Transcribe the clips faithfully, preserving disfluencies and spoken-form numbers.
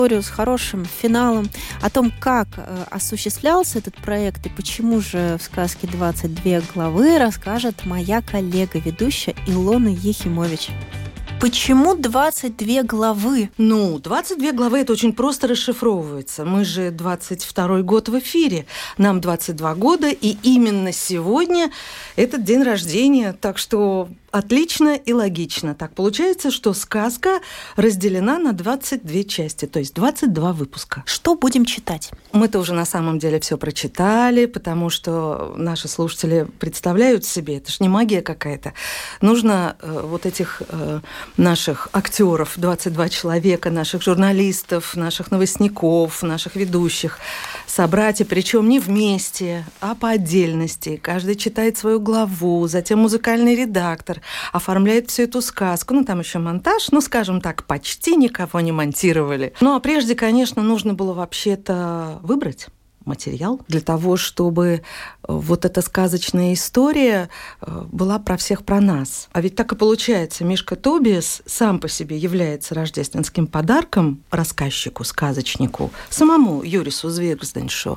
Историю с хорошим финалом. О том, как э, осуществлялся этот проект и почему же в сказке двадцать две главы, расскажет моя коллега, ведущая Илона Ехимович. Почему двадцать две главы? Ну, двадцать две главы – это очень просто расшифровывается. Мы же двадцать второй год в эфире. Нам двадцать два года, и именно сегодня этот день рождения. Так что отлично и логично. Так получается, что сказка разделена на двадцать две части, то есть двадцать два выпуска. Что будем читать? Мы-то уже на самом деле все прочитали, потому что наши слушатели представляют себе, это ж не магия какая-то. Нужно э, вот этих э, наших актеров, двадцать два человека, наших журналистов, наших новостников, наших ведущих собрать, и причем не вместе, а по отдельности. Каждый читает свою главу, затем музыкальный редактор оформляет всю эту сказку. Ну, там еще монтаж, ну, скажем так, почти никого не монтировали. Ну, а прежде, конечно, нужно было вообще-то выбрать материал для того, чтобы вот эта сказочная история была про всех, про нас. А ведь так и получается. Мишка Тобиас сам по себе является рождественским подарком рассказчику, сказочнику, самому Юрису Звергзденшу.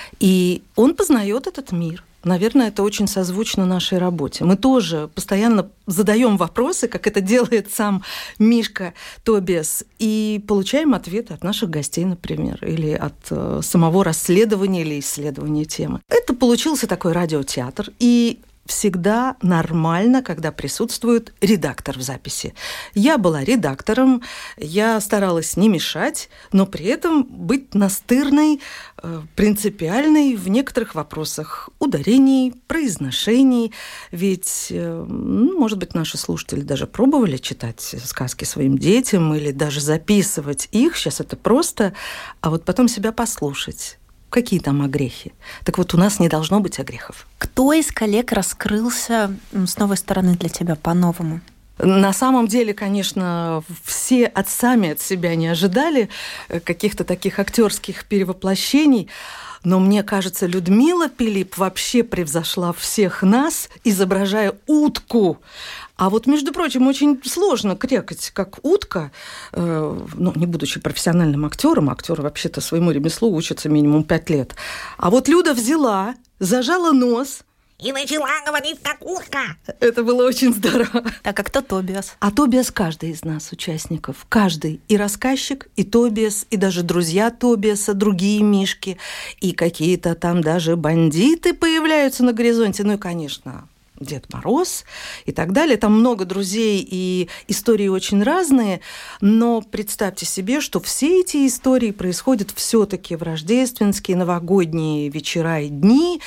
И он познает этот мир. Наверное, это очень созвучно нашей работе. Мы тоже постоянно задаем вопросы, как это делает сам Мишка Тобиас, и получаем ответы от наших гостей, например, или от э, самого расследования или исследования темы. Это получился такой радиотеатр, и всегда нормально, когда присутствует редактор в записи. Я была редактором, я старалась не мешать, но при этом быть настырной, принципиальной в некоторых вопросах ударений, произношений. Ведь, ну, может быть, наши слушатели даже пробовали читать сказки своим детям или даже записывать их. Сейчас это просто, а вот потом себя послушать. Какие там огрехи? Так вот, у нас не должно быть огрехов. Кто из коллег раскрылся с новой стороны для тебя по-новому? На самом деле, конечно, все от сами от себя не ожидали каких-то таких актерских перевоплощений. Но мне кажется, Людмила Пилип вообще превзошла всех нас, изображая утку. А вот, между прочим, очень сложно крякать, как утка, э, ну, не будучи профессиональным актером. Актеры вообще-то своему ремеслу учатся минимум пять лет. А вот Люда взяла, зажала нос и начала говорить как утка. Это было очень здорово. Так, а кто Тобиас? А Тобиас каждый из нас, участников. Каждый. И рассказчик, и Тобиас, и даже друзья Тобиаса, другие мишки, и какие-то там даже бандиты появляются на горизонте. Ну и, конечно, Дед Мороз и так далее. Там много друзей, и истории очень разные, но представьте себе, что все эти истории происходят все-таки в рождественские, новогодние вечера и дни,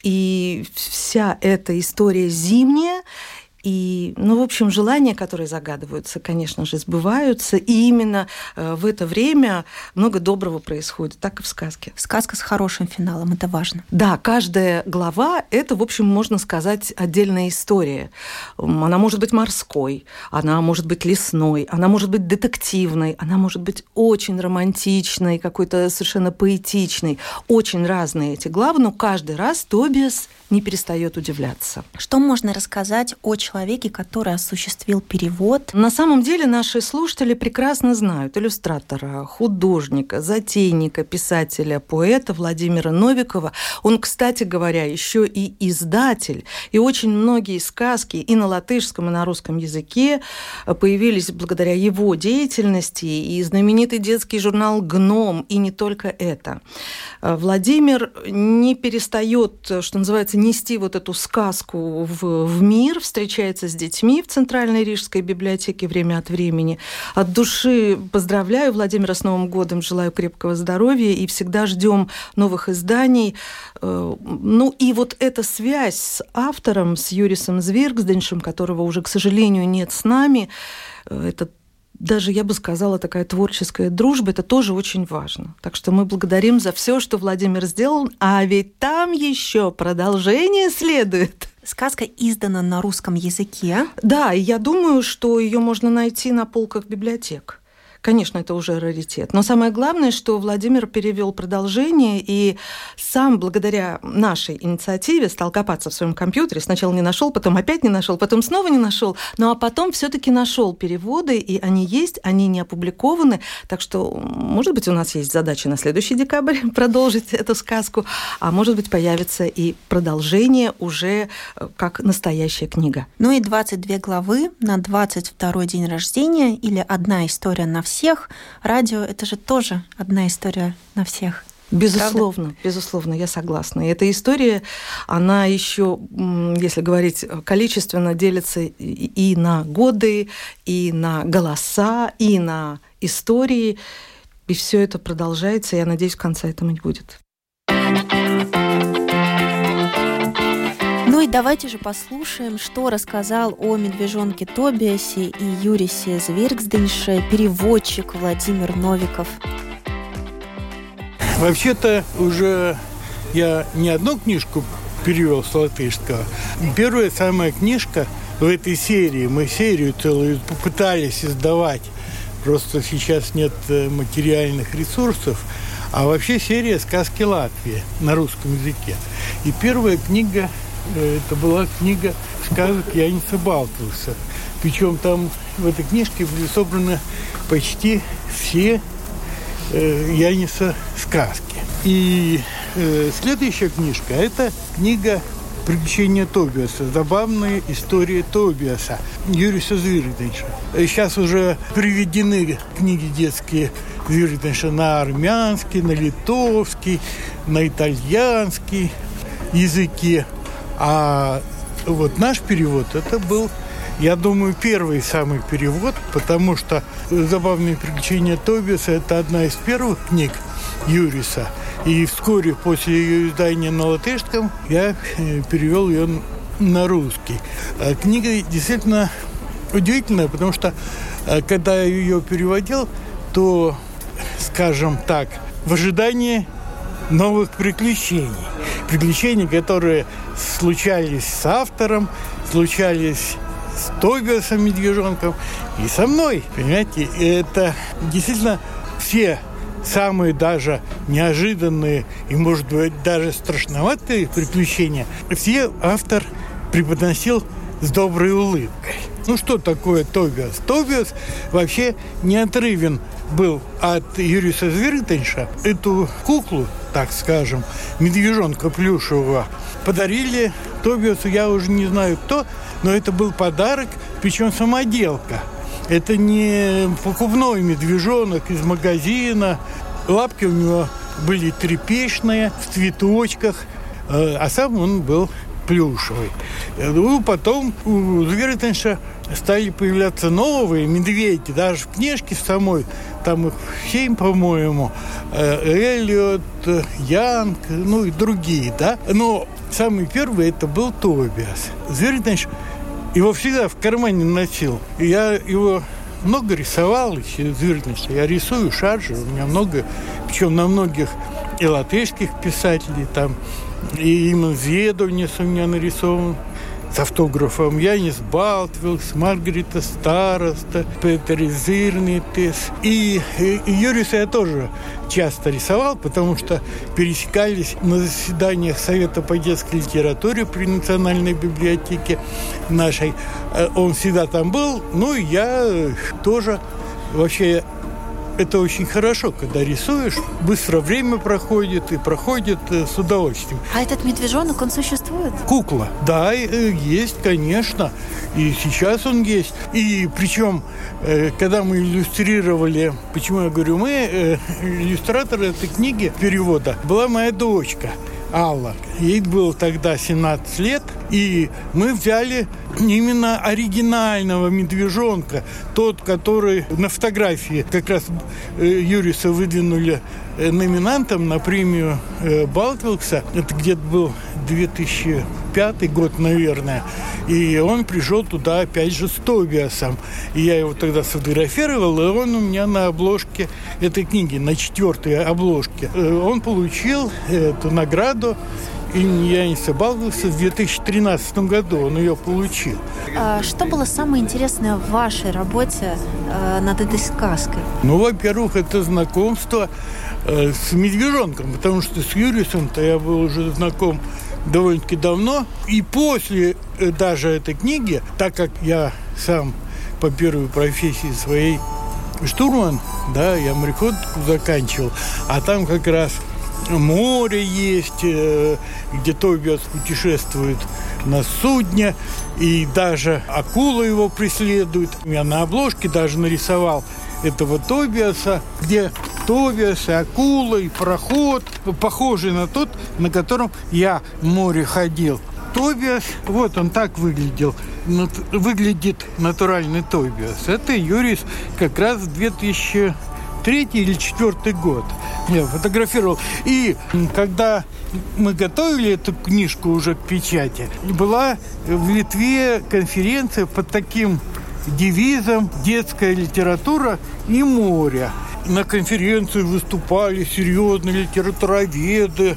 и вся эта история зимняя. И, ну, в общем, желания, которые загадываются, конечно же, сбываются. И именно в это время много доброго происходит, так и в сказке. Сказка с хорошим финалом, это важно. Да, каждая глава – это, в общем, можно сказать, отдельная история. Она может быть морской, она может быть лесной, она может быть детективной, она может быть очень романтичной, какой-то совершенно поэтичной. Очень разные эти главы, но каждый раз Тобиас не перестает удивляться. Что можно рассказать о человеке, который осуществил перевод? На самом деле наши слушатели прекрасно знают иллюстратора, художника, затейника, писателя, поэта Владимира Новикова. Он, кстати говоря, еще и издатель. И очень многие сказки и на латышском, и на русском языке появились благодаря его деятельности. И знаменитый детский журнал «Гном», и не только это. Владимир не перестает, что называется, нести вот эту сказку в, в мир, встречается с детьми в Центральной Рижской библиотеке время от времени. От души поздравляю Владимира с Новым годом, желаю крепкого здоровья и всегда ждем новых изданий. Ну и вот эта связь с автором, с Юрисом Звергзденшем, которого уже, к сожалению, нет с нами, это даже, я бы сказала, такая творческая дружба, это тоже очень важно. Так что мы благодарим за все, что Владимир сделал, а ведь там еще продолжение следует. Сказка издана на русском языке. Да, и я думаю, что ее можно найти на полках библиотек. Конечно, это уже раритет. Но самое главное, что Владимир перевел продолжение и сам, благодаря нашей инициативе, стал копаться в своем компьютере. Сначала не нашел, потом опять не нашел, потом снова не нашел. Ну а потом все-таки нашел переводы, и они есть, они не опубликованы. Так что, может быть, у нас есть задача на следующий декабрь продолжить эту сказку, а может быть, появится и продолжение уже как настоящая книга. Ну и двадцать две главы на двадцать второй день рождения или одна история на всех. всех. Радио — это же тоже одна история на всех. Безусловно, правда? Безусловно, я согласна. И эта история, она еще, если говорить количественно, делится и на годы, и на голоса, и на истории. И все это продолжается, и я надеюсь, конца этому не будет. Ну и давайте же послушаем, что рассказал о медвежонке Тобиасе и Юрисе Звергсденше переводчик Владимир Новиков. Вообще-то уже я не одну книжку перевел с латышского. Первая самая книжка в этой серии, мы серию целую попытались издавать, просто сейчас нет материальных ресурсов, а вообще серия «Сказки Латвии» на русском языке. И первая книга это была книга сказок Яниса Балтвилса. Причем там в этой книжке были собраны почти все э, Яниса сказки. И э, следующая книжка – это книга «Приключения Тобиаса», забавные истории Тобиаса Юриса Звергсденша. Сейчас уже приведены книги детские Звергсденша на армянский, на литовский, на итальянский языке. А вот наш перевод, это был, я думаю, первый самый перевод, потому что «Забавные приключения Тобиаса» – это одна из первых книг Юриса. И вскоре после ее издания на латышском я перевел ее на русский. Книга действительно удивительная, потому что когда я ее переводил, то, скажем так, в ожидании новых приключений. Приключения, которые случались с автором, случались с Тобиасом медвежонком и со мной. Понимаете, это действительно все самые даже неожиданные и, может быть, даже страшноватые приключения, все автор преподносил с доброй улыбкой. Ну, что такое Тобиас? Тобиас вообще неотрывен был от Юриса Звергсденша. Эту куклу, так скажем, медвежонка плюшевого, подарили Тобиасу, я уже не знаю кто, но это был подарок, причем самоделка. Это не покупной медвежонок из магазина. Лапки у него были тряпичные, в цветочках, а сам он был плюшевый. Ну, потом у Звергсденша стали появляться новые медведи, даже в книжке самой, там их семь, по-моему, Эллиот, Янг, ну и другие, да. Но самый первый это был Тобиас. Звергсденш его всегда в кармане носил. Я его много рисовал еще, Звергсденша. Я рисую шаржи, у меня много, причем на многих и латышских писателей, там и Иман Зедовнес у меня нарисован с автографом Янис Балтвилс, Маргарита Староста, Петер Зирнитис. И, и, и Юриса я тоже часто рисовал, потому что пересекались на заседаниях Совета по детской литературе при Национальной библиотеке нашей. Он всегда там был, ну и я тоже вообще... Это очень хорошо, когда рисуешь, быстро время проходит и проходит с удовольствием. А этот медвежонок, он существует? Кукла, да, есть, конечно. И сейчас он есть. И причем, когда мы иллюстрировали, почему я говорю мы, иллюстратор этой книги перевода была моя дочка Алла. Ей было тогда семнадцать лет, и мы взяли именно оригинального медвежонка, тот, который на фотографии как раз Юриса выдвинули номинантом на премию Балтвилса. Это где-то был две тысячи пятый год, наверное. И он пришел туда опять же с Тобиасом. И я его тогда сфотографировал, и он у меня на обложке этой книги, на четвертой обложке. Он получил эту награду. И я не собался, в две тысячи тринадцатом году он ее получил. А что было самое интересное в вашей работе э, над этой сказкой? Ну, во-первых, это знакомство э, с медвежонком, потому что с Юрисом-то я был уже знаком довольно-таки давно. И после э, даже этой книги, так как я сам по первой профессии своей штурман, да, я мореходку заканчивал, а там как раз море есть, где Тобиас путешествует на судне, и даже акула его преследует. Я на обложке даже нарисовал этого Тобиаса, где Тобиас и акула, и пароход, похожий на тот, на котором я в море ходил. Тобиас, вот он так выглядел, выглядит натуральный Тобиас. Это Юрис как раз две тысячи третий или четвертый год я фотографировал. И когда мы готовили эту книжку уже к печати, была в Литве конференция под таким девизом «Детская литература и море». На конференции выступали серьезные литературоведы,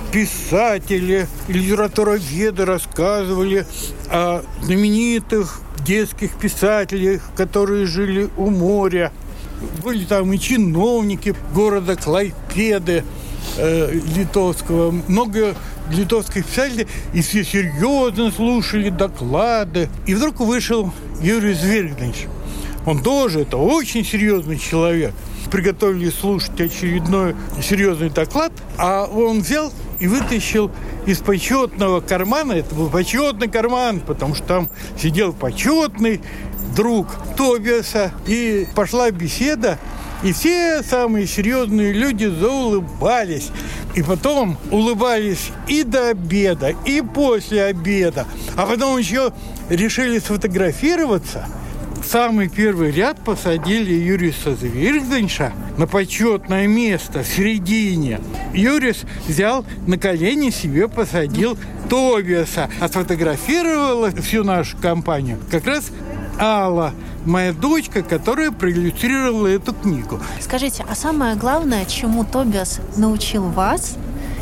писатели, литературоведы рассказывали о знаменитых детских писателях, которые жили у моря. Были там и чиновники города Клайпеды э, литовского, много литовских писателей, и все серьезно слушали доклады. И вдруг вышел Юрий Звергнич. Он тоже, это очень серьезный человек. Приготовили слушать очередной серьезный доклад, а он взял и вытащил из почетного кармана, это был почетный карман, потому что там сидел почетный друг Тобиаса, и пошла беседа, и все самые серьезные люди заулыбались. И потом улыбались и до обеда, и после обеда. А потом еще решили сфотографироваться. В самый первый ряд посадили Юриса Звергнича на почетное место в середине. Юрис взял на колени себе, посадил Тобиаса. А сфотографировала всю нашу компанию как раз Алла, моя дочка, которая проиллюстрировала эту книгу. Скажите, а самое главное, чему Тобиас научил вас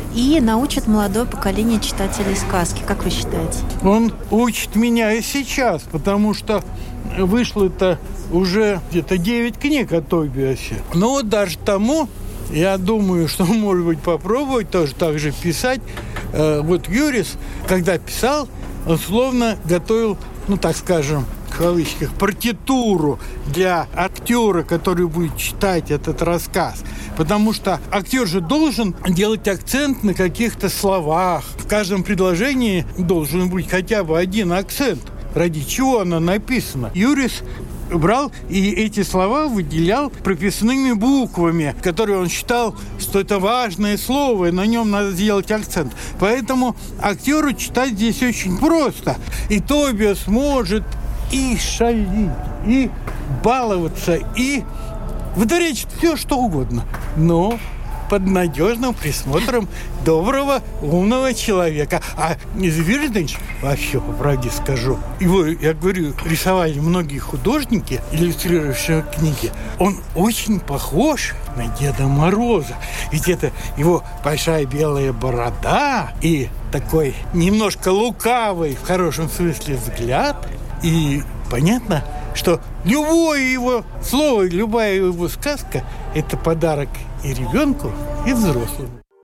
и научит молодое поколение читателей сказки, как вы считаете? Он учит меня и сейчас, потому что вышло-то уже где-то девять книг о Тобиасе. Но вот даже тому, я думаю, что, может быть, попробовать тоже так же писать. Вот Юрис, когда писал, он словно готовил, ну, так скажем, в кавычках, партитуру для актера, который будет читать этот рассказ. Потому что актер же должен делать акцент на каких-то словах. В каждом предложении должен быть хотя бы один акцент, ради чего оно написано. Юрис брал и эти слова выделял прописными буквами, которые он считал, что это важное слово, и на нем надо сделать акцент. Поэтому актеру читать здесь очень просто. И Тобиас может и шалить, и баловаться, и вытворять все, что угодно. Но под надежным присмотром доброго, умного человека. А Звергнич, вообще, по правде скажу, его, я говорю, рисовали многие художники, иллюстрирующие книги. Он очень похож на Деда Мороза. Ведь это его большая белая борода и такой немножко лукавый, в хорошем смысле, взгляд. И понятно, что любое его слово, любая его сказка – это подарок и ребенку, и взрослому.